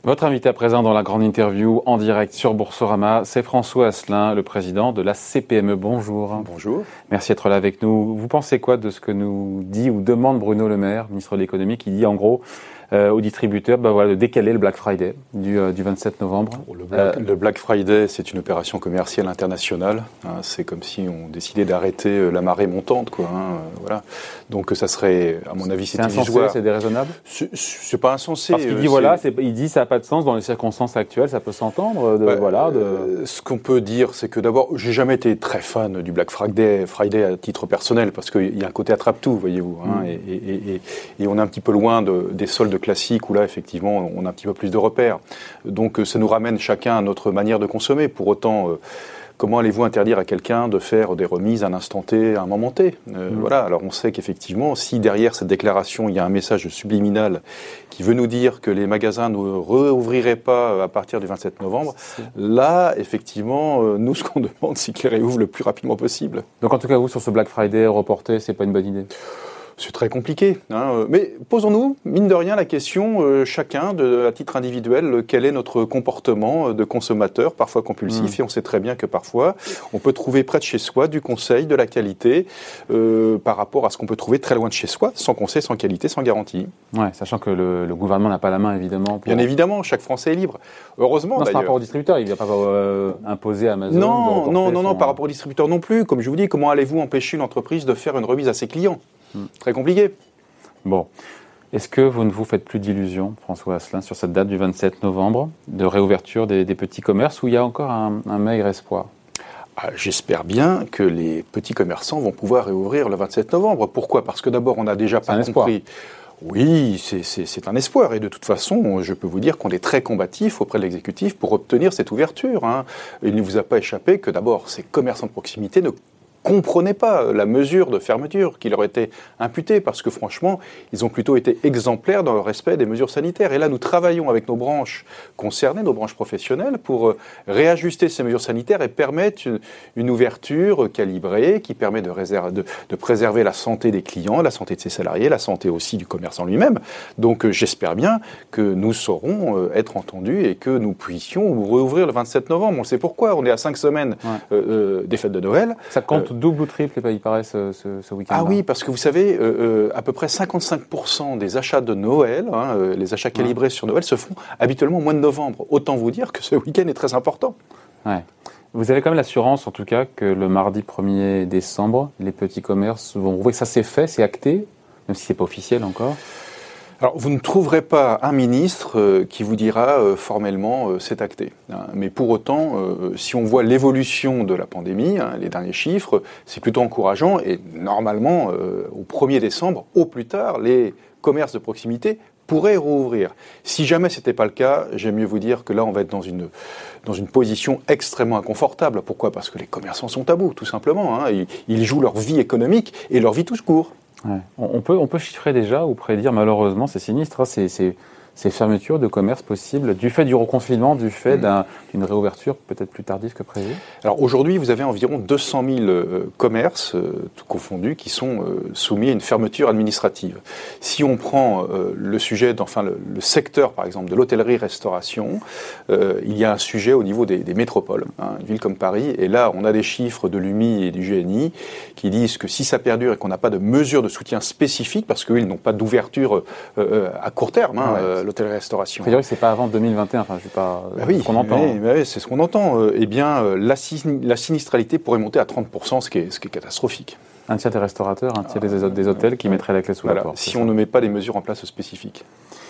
Votre invité à présent dans la grande interview en direct sur Boursorama, c'est François Asselin, le président de la CPME. Bonjour. Bonjour. Merci d'être là avec nous. Vous pensez quoi de ce que nous dit ou demande Bruno Le Maire, ministre de l'économie, qui dit en gros aux distributeurs de décaler le Black Friday du 27 novembre? Le Black Friday, c'est une opération commerciale internationale. C'est comme si on décidait d'arrêter la marée montante, quoi. Voilà. Donc ça serait, à mon avis, c'est insensé, c'est déraisonnable. C'est pas insensé. Parce qu'il dit il dit ça n'a pas de sens dans les circonstances actuelles. Ça peut s'entendre. Ce qu'on peut dire, c'est que d'abord, j'ai jamais été très fan du Black Friday à titre personnel, parce qu'il y a un côté attrape-tout, voyez-vous. Et on est un petit peu loin des soldes classiques où là, effectivement, on a un petit peu plus de repères. Donc ça nous ramène chacun à notre manière de consommer. Pour autant, comment allez-vous interdire à quelqu'un de faire des remises à un instant T, à un moment T? Voilà. Alors on sait qu'effectivement, si derrière cette déclaration, il y a un message subliminal qui veut nous dire que les magasins ne réouvriraient pas à partir du 27 novembre, là, effectivement, nous, ce qu'on demande, c'est qu'ils réouvrent le plus rapidement possible. Donc en tout cas, vous, sur ce Black Friday reporté, c'est pas une bonne idée? C'est très compliqué, mais posons-nous, mine de rien, la question, chacun, à titre individuel, quel est notre comportement de consommateur, parfois compulsif, et on sait très bien que parfois, on peut trouver près de chez soi du conseil, de la qualité, par rapport à ce qu'on peut trouver très loin de chez soi, sans conseil, sans qualité, sans garantie. Ouais, sachant que le gouvernement n'a pas la main, évidemment. Bien évidemment, chaque Français est libre. Heureusement, d'ailleurs. C'est par rapport au distributeur, il ne va pas imposer à Amazon. Non, par rapport au distributeur non plus. Comme je vous dis, comment allez-vous empêcher une entreprise de faire une remise à ses clients ? Très compliqué. Bon. Est-ce que vous ne vous faites plus d'illusions, François Asselin, sur cette date du 27 novembre, de réouverture des petits commerces, où il y a encore un maigre espoir? J'espère bien que les petits commerçants vont pouvoir réouvrir le 27 novembre. Pourquoi ? Parce que d'abord, on n'a déjà pas compris. Oui, c'est un espoir. Et de toute façon, je peux vous dire qu'on est très combatif auprès de l'exécutif pour obtenir cette ouverture. Il ne vous a pas échappé que d'abord, ces commerçants de proximité ne comprenaient pas la mesure de fermeture qui leur était imputée, parce que franchement, ils ont plutôt été exemplaires dans le respect des mesures sanitaires. Et là, nous travaillons avec nos branches concernées, nos branches professionnelles, pour réajuster ces mesures sanitaires et permettre une ouverture calibrée qui permet de préserver la santé des clients, la santé de ses salariés, la santé aussi du commerçant lui-même. Donc j'espère bien que nous saurons être entendus et que nous puissions rouvrir le 27 novembre. On sait pourquoi, on est à 5 semaines des fêtes de Noël. Ça compte double ou triple, il paraît, ce week-end. Ah oui, parce que vous savez, à peu près 55% des achats de Noël, les achats calibrés sur Noël, se font habituellement au mois de novembre. Autant vous dire que ce week-end est très important. Ouais. Vous avez quand même l'assurance, en tout cas, que le mardi 1er décembre, les petits commerces vont rouvrir. Ça, c'est fait, c'est acté, même si ce n'est pas officiel encore. Alors, vous ne trouverez pas un ministre qui vous dira formellement c'est acté. Mais pour autant, si on voit l'évolution de la pandémie, les derniers chiffres, c'est plutôt encourageant. Et normalement, au 1er décembre, au plus tard, les commerces de proximité pourraient rouvrir. Si jamais ce n'était pas le cas, j'aime mieux vous dire que là, on va être dans une position extrêmement inconfortable. Pourquoi ? Parce que les commerçants sont à bout, tout simplement. Ils jouent leur vie économique et leur vie tout court. Ouais. On peut chiffrer déjà ou prédire, malheureusement, c'est sinistre, ces fermetures de commerce possibles du fait du reconfinement, du fait d'une réouverture peut-être plus tardive que prévu? Alors aujourd'hui, vous avez environ 200 000 commerces, tout confondus, qui sont soumis à une fermeture administrative. Si on prend le sujet, le secteur par exemple de l'hôtellerie-restauration, il y a un sujet au niveau des métropoles, une ville comme Paris, et là on a des chiffres de l'UMI et du GNI qui disent que si ça perdure et qu'on n'a pas de mesures de soutien spécifiques, parce qu'eux ils n'ont pas d'ouverture à court terme, l'hôtellerie-restauration. C'est-à-dire que c'est pas avant 2021, ce qu'on entend. Oui, c'est ce qu'on entend. La sinistralité pourrait monter à 30%, ce qui est catastrophique. Un tiers des restaurateurs, un tiers des hôtels qui mettraient la clé sous la porte. Si on ne met pas des mesures en place spécifiques.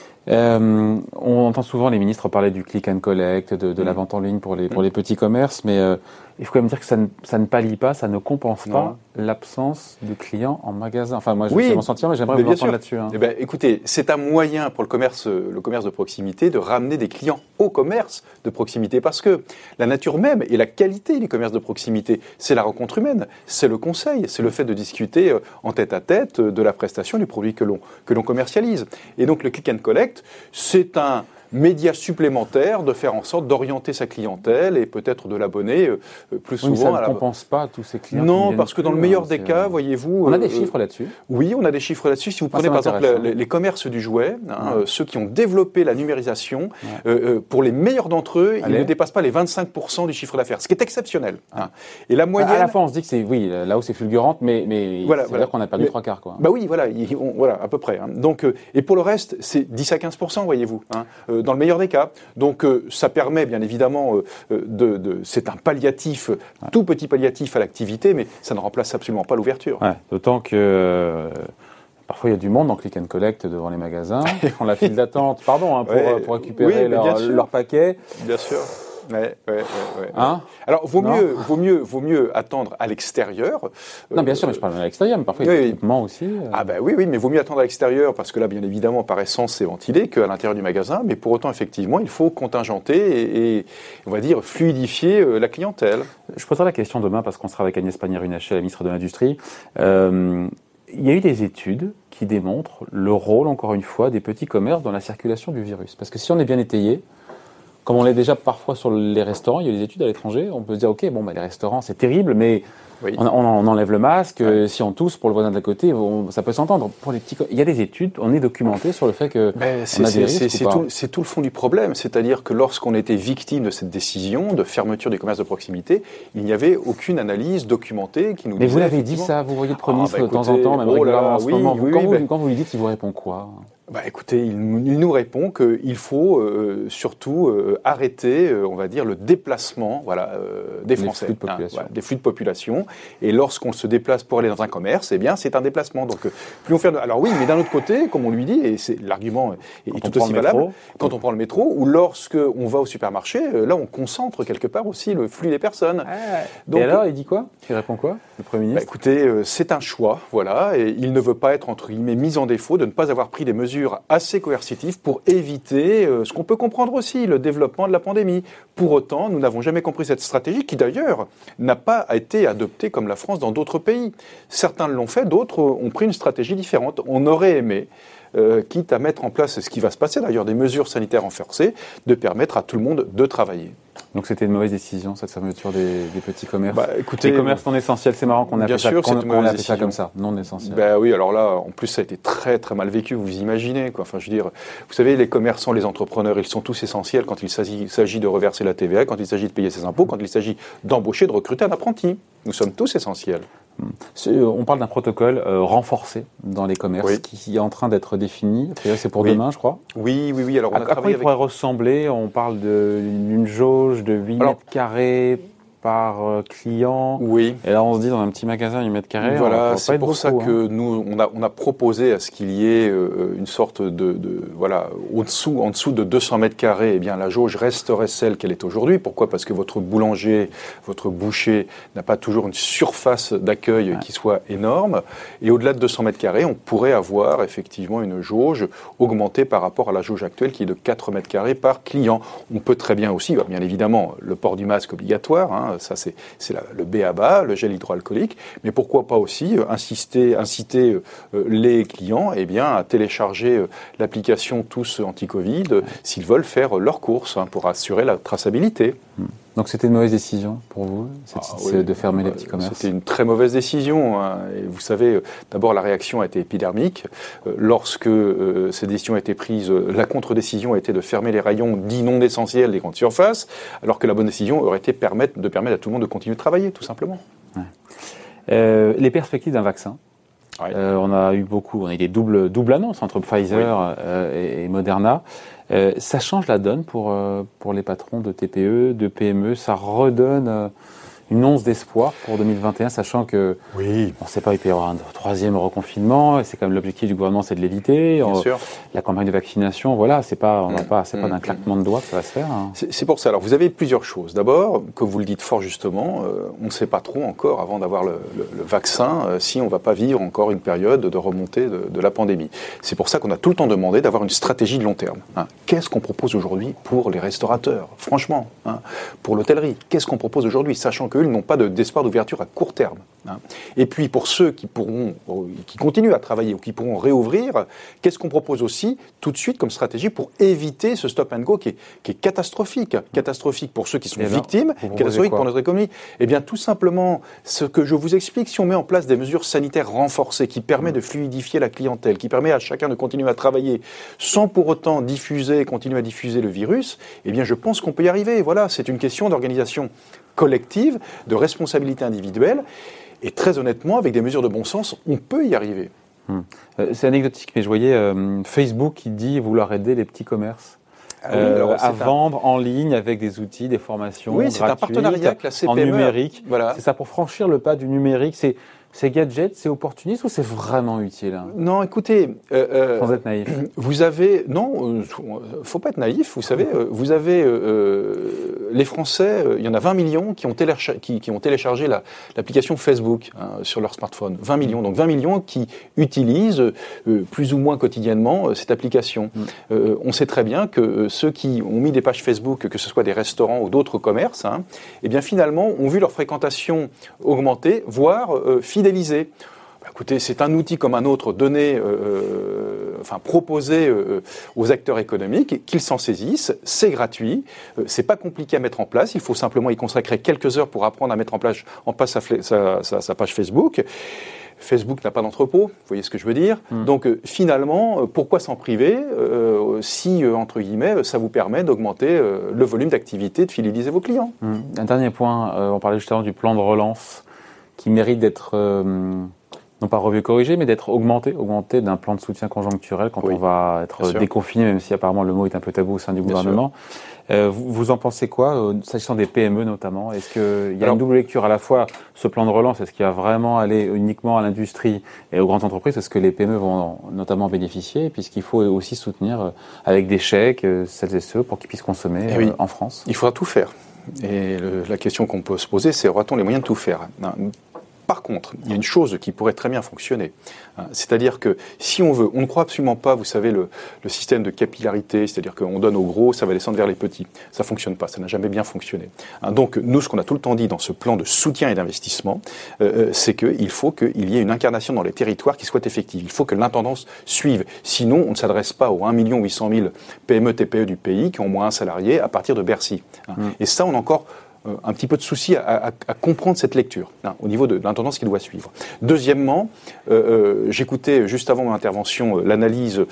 On entend souvent les ministres parler du click and collect, de la vente en ligne pour les petits commerces, mais il faut quand même dire que ça ne pallie pas, ça ne compense pas l'absence de clients en magasin. Enfin, moi, je sais m'en sentir, mais j'aimerais vous entendre là-dessus. Écoutez, c'est un moyen pour le commerce de proximité de ramener des clients au commerce de proximité, parce que la nature même et la qualité du commerce de proximité, c'est la rencontre humaine, c'est le conseil, c'est le fait de discuter en tête-à-tête de la prestation du produit que l'on commercialise. Et donc, le click and collect, c'est un média supplémentaire de faire en sorte d'orienter sa clientèle et peut-être de l'abonner plus souvent. Mais ça ne compense pas tous ces clients. Non, parce que dans le meilleur des cas, voyez-vous... On a des chiffres là-dessus. Oui, on a des chiffres là-dessus. Si vous prenez par exemple les commerces du jouet, ceux qui ont développé la numérisation, pour les meilleurs d'entre eux, ils ne dépassent pas les 25% du chiffre d'affaires, ce qui est exceptionnel. Et la moyenne... À la fois, on se dit que la hausse est fulgurante, mais c'est-à-dire qu'on a perdu 3/4. Quoi. Oui, voilà, à peu près. Donc, et pour le reste, c'est 10 à 15%, voyez-vous, dans le meilleur des cas. Donc, ça permet, bien évidemment, c'est un palliatif, tout petit palliatif à l'activité, mais ça ne remplace absolument pas l'ouverture. Ouais, d'autant que... Parfois, il y a du monde en click and collect devant les magasins. Ils font la file d'attente, pour récupérer leur paquet. Bien sûr. Ouais. Alors, vaut mieux attendre à l'extérieur. Non, bien sûr, mais je parle à l'extérieur, mais parfois il y a des équipements aussi. Oui, mais vaut mieux attendre à l'extérieur, parce que là, bien évidemment, par essence, c'est ventilé qu'à l'intérieur du magasin. Mais pour autant, effectivement, il faut contingenter et on va dire, fluidifier la clientèle. Je poserai la question demain, parce qu'on sera avec Agnès Pannier-Runacher, la ministre de l'Industrie. Il y a eu des études qui démontrent le rôle, encore une fois, des petits commerces dans la circulation du virus. Parce que si on est bien étayé, comme on l'est déjà parfois sur les restaurants, il y a des études à l'étranger, on peut se dire, les restaurants, c'est terrible, mais on enlève le masque, si on tousse pour le voisin d'à côté, ça peut s'entendre. Pour les petits, il y a des études, on est documenté sur le fait que c'est tout le fond du problème, c'est-à-dire que lorsqu'on était victime de cette décision de fermeture des commerces de proximité, il n'y avait aucune analyse documentée qui nous disait... Mais vous l'avez dit ça, vous voyez le Premier ministre de temps en temps, même régulièrement en ce moment. Quand vous lui dites, il vous répond quoi ? Écoutez, il nous répond qu'il faut surtout arrêter, on va dire, le déplacement des Français, des flux de population. Et lorsqu'on se déplace pour aller dans un commerce, c'est un déplacement. Donc, plus on fait... Alors oui, mais d'un autre côté, comme on lui dit, et l'argument est tout aussi valable, quand on prend le métro, ou lorsqu'on va au supermarché, là, on concentre quelque part aussi le flux des personnes. Donc, et alors, il dit quoi ? Il répond quoi, le Premier ministre ? Écoutez, c'est un choix, et il ne veut pas être, entre guillemets, mis en défaut de ne pas avoir pris des mesures assez coercitif pour éviter ce qu'on peut comprendre aussi, le développement de la pandémie. Pour autant, nous n'avons jamais compris cette stratégie qui d'ailleurs n'a pas été adoptée comme la France dans d'autres pays. Certains l'ont fait, d'autres ont pris une stratégie différente. On aurait aimé, quitte à mettre en place ce qui va se passer d'ailleurs, des mesures sanitaires renforcées, de permettre à tout le monde de travailler. Donc c'était une mauvaise décision, cette fermeture des petits commerces. Écoutez, les commerces non essentiels, c'est marrant qu'on appelle ça comme ça, non essentiels. Oui, alors là, en plus, ça a été très très mal vécu, vous imaginez, quoi. Enfin, je veux dire, vous savez, les commerçants, les entrepreneurs, ils sont tous essentiels quand il s'agit de reverser la TVA, quand il s'agit de payer ses impôts, quand il s'agit d'embaucher, de recruter un apprenti. Nous sommes tous essentiels. On parle d'un protocole renforcé dans les commerces qui est en train d'être défini. C'est pour demain, je crois. Oui. Alors, à quoi il pourrait ressembler ? On parle d'une jauge de 8 mètres carrés par client. Oui. Et là, on se dit, dans un petit magasin, 8 mètres carrés, voilà, c'est pour ça que nous, on a proposé à ce qu'il y ait une sorte en dessous de 200 mètres carrés, la jauge resterait celle qu'elle est aujourd'hui. Pourquoi ? Parce que votre boulanger, votre boucher n'a pas toujours une surface d'accueil qui soit énorme. Et au-delà de 200 mètres carrés, on pourrait avoir effectivement une jauge augmentée par rapport à la jauge actuelle qui est de 4 mètres carrés par client. On peut très bien aussi, bien évidemment, le port du masque obligatoire, ça c'est le b.a.-ba, le gel hydroalcoolique, mais pourquoi pas aussi inciter les clients à télécharger l'application Tous Anti-Covid s'ils veulent faire leurs courses pour assurer la traçabilité. Donc c'était une mauvaise décision pour vous, de fermer les petits commerces ? C'était une très mauvaise décision. Et vous savez, d'abord la réaction a été épidermique. Lorsque cette décision a été prise, la contre-décision a été de fermer les rayons dits non essentiels des grandes surfaces, alors que la bonne décision aurait été de permettre à tout le monde de continuer de travailler, tout simplement. Les perspectives d'un vaccin. On a eu des doubles annonces entre Pfizer et Moderna. Ça change la donne pour les patrons de TPE, de PME. Ça redonne une once d'espoir pour 2021, sachant que on ne sait pas, il peut y avoir un troisième reconfinement. C'est quand même l'objectif du gouvernement, c'est de l'éviter. Bien sûr. La campagne de vaccination, c'est pas d'un claquement de doigts que ça va se faire. C'est pour ça. Alors vous avez plusieurs choses. D'abord, comme vous le dites fort justement, on ne sait pas trop encore avant d'avoir le vaccin si on ne va pas vivre encore une période de remontée de la pandémie. C'est pour ça qu'on a tout le temps demandé d'avoir une stratégie de long terme. Qu'est-ce qu'on propose aujourd'hui pour les restaurateurs ? Franchement, pour l'hôtellerie, qu'est-ce qu'on propose aujourd'hui ? Sachant que peu, ils n'ont pas d'espoir d'ouverture à court terme. Hein. Et puis pour ceux qui continuent à travailler ou qui pourront réouvrir, qu'est-ce qu'on propose aussi tout de suite comme stratégie pour éviter ce stop and go qui est catastrophique. Catastrophique pour ceux qui sont victimes, catastrophique pour notre économie. Eh bien tout simplement, ce que je vous explique, si on met en place des mesures sanitaires renforcées qui permettent de fluidifier la clientèle, qui permet à chacun de continuer à travailler sans pour autant continuer à diffuser le virus, eh bien je pense qu'on peut y arriver. Voilà, c'est une question d'organisation collective, de responsabilité individuelle. Et très honnêtement, avec des mesures de bon sens, on peut y arriver. C'est anecdotique, mais je voyais Facebook qui dit vouloir aider les petits commerces à vendre en ligne avec des outils, des formations gratuites, c'est un partenariat avec la CPME, en numérique. Voilà. C'est ça, pour franchir le pas du numérique. C'est gadget, c'est opportuniste ou c'est vraiment utile hein? Non, écoutez... sans être naïf. Vous avez... Non, faut pas être naïf, vous savez. Vous avez... les Français, il y en a 20 millions qui ont téléchargé l'application Facebook sur leur smartphone. 20 millions. Donc 20 millions qui utilisent plus ou moins quotidiennement cette application. On sait très bien que ceux qui ont mis des pages Facebook, que ce soit des restaurants ou d'autres commerces, eh bien finalement ont vu leur fréquentation augmenter, voire fidéliser. Écoutez, c'est un outil comme un autre proposé aux acteurs économiques, qu'ils s'en saisissent, c'est gratuit, c'est pas compliqué à mettre en place, il faut simplement y consacrer quelques heures pour apprendre à mettre en place sa page Facebook. Facebook n'a pas d'entrepôt, vous voyez ce que je veux dire. Donc finalement, pourquoi s'en priver si, entre guillemets, ça vous permet d'augmenter le volume d'activité, de fidéliser vos clients. Un dernier point, on parlait justement du plan de relance qui mérite d'être... non pas revu, corrigé, mais d'être augmenté d'un plan de soutien conjoncturel quand on va être déconfiné, même si apparemment le mot est un peu tabou au sein du gouvernement. Vous en pensez quoi, s'agissant des PME notamment? Est-ce qu'il y a une double lecture à la fois, ce plan de relance, est-ce qu'il va vraiment aller uniquement à l'industrie et aux grandes entreprises? Est-ce que les PME vont notamment bénéficier? Puisqu'il faut aussi soutenir avec des chèques celles et ceux pour qu'ils puissent consommer en France. Il faudra tout faire. Et la question qu'on peut se poser, c'est aura-t-on les moyens de tout faire? Par contre, il y a une chose qui pourrait très bien fonctionner. C'est-à-dire que si on veut, on ne croit absolument pas, vous savez, le système de capillarité, c'est-à-dire qu'on donne aux gros, ça va descendre vers les petits. Ça ne fonctionne pas, ça n'a jamais bien fonctionné. Donc nous, ce qu'on a tout le temps dit dans ce plan de soutien et d'investissement, c'est qu'il faut qu'il y ait une incarnation dans les territoires qui soit effective. Il faut que l'intendance suive. Sinon, on ne s'adresse pas aux 1 800 000 PME, TPE du pays qui ont moins un salarié à partir de Bercy. Et ça, on a encore un petit peu de souci à comprendre cette lecture au niveau de l'intendance qu'il doit suivre. Deuxièmement, j'écoutais juste avant mon intervention l'analyse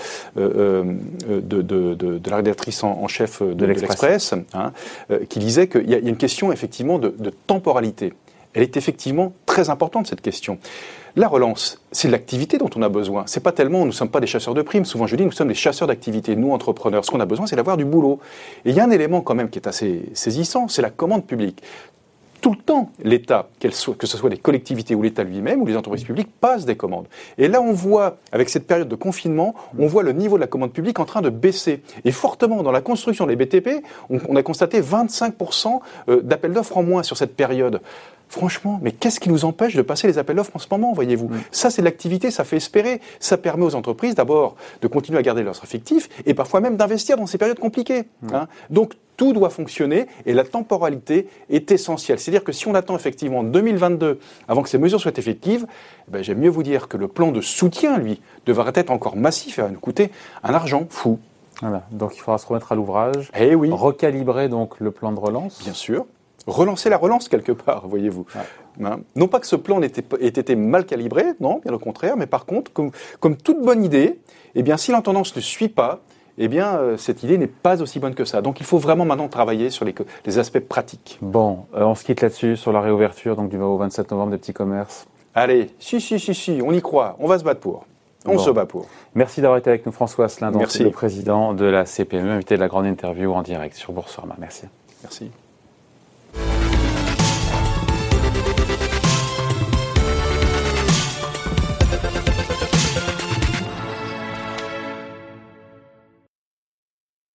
de la rédactrice en chef de l'Express qui disait qu'il y a une question effectivement de temporalité. Elle est effectivement très importante, cette question. La relance, c'est de l'activité dont on a besoin. C'est pas tellement, nous ne sommes pas des chasseurs de primes. Souvent, je dis, nous sommes des chasseurs d'activité, nous, entrepreneurs. Ce qu'on a besoin, c'est d'avoir du boulot. Et il y a un élément quand même qui est assez saisissant, c'est la commande publique. Tout le temps, l'État, que ce soit des collectivités ou l'État lui-même ou les entreprises publiques, passent des commandes. Et là, on voit, avec cette période de confinement, on voit le niveau de la commande publique en train de baisser. Et fortement, dans la construction des BTP, on a constaté 25% d'appels d'offres en moins sur cette période. Franchement, mais qu'est-ce qui nous empêche de passer les appels d'offres en ce moment, voyez-vous ? Ça, c'est de l'activité, ça fait espérer. Ça permet aux entreprises, d'abord, de continuer à garder leurs effectifs et parfois même d'investir dans ces périodes compliquées. Donc, tout doit fonctionner et la temporalité est essentielle. C'est-à-dire que si on attend effectivement 2022 avant que ces mesures soient effectives, j'aime mieux vous dire que le plan de soutien, lui, devrait être encore massif et va nous coûter un argent fou. Voilà. Donc, il faudra se remettre à l'ouvrage, recalibrer donc le plan de relance. Bien sûr. Relancer la relance quelque part, voyez-vous. Non pas que ce plan ait été mal calibré, non, bien au contraire, mais par contre, comme toute bonne idée, eh bien, si l'intendance ne suit pas, eh bien, cette idée n'est pas aussi bonne que ça. Donc, il faut vraiment maintenant travailler sur les aspects pratiques. Bon, on se quitte là-dessus, sur la réouverture donc, du 27 novembre des petits commerces. Allez, si, on y croit, on va se battre pour. On se bat pour. Merci d'avoir été avec nous, François Asselin, le président de la CPME, invité de la grande interview en direct sur Boursorama. Merci. Merci.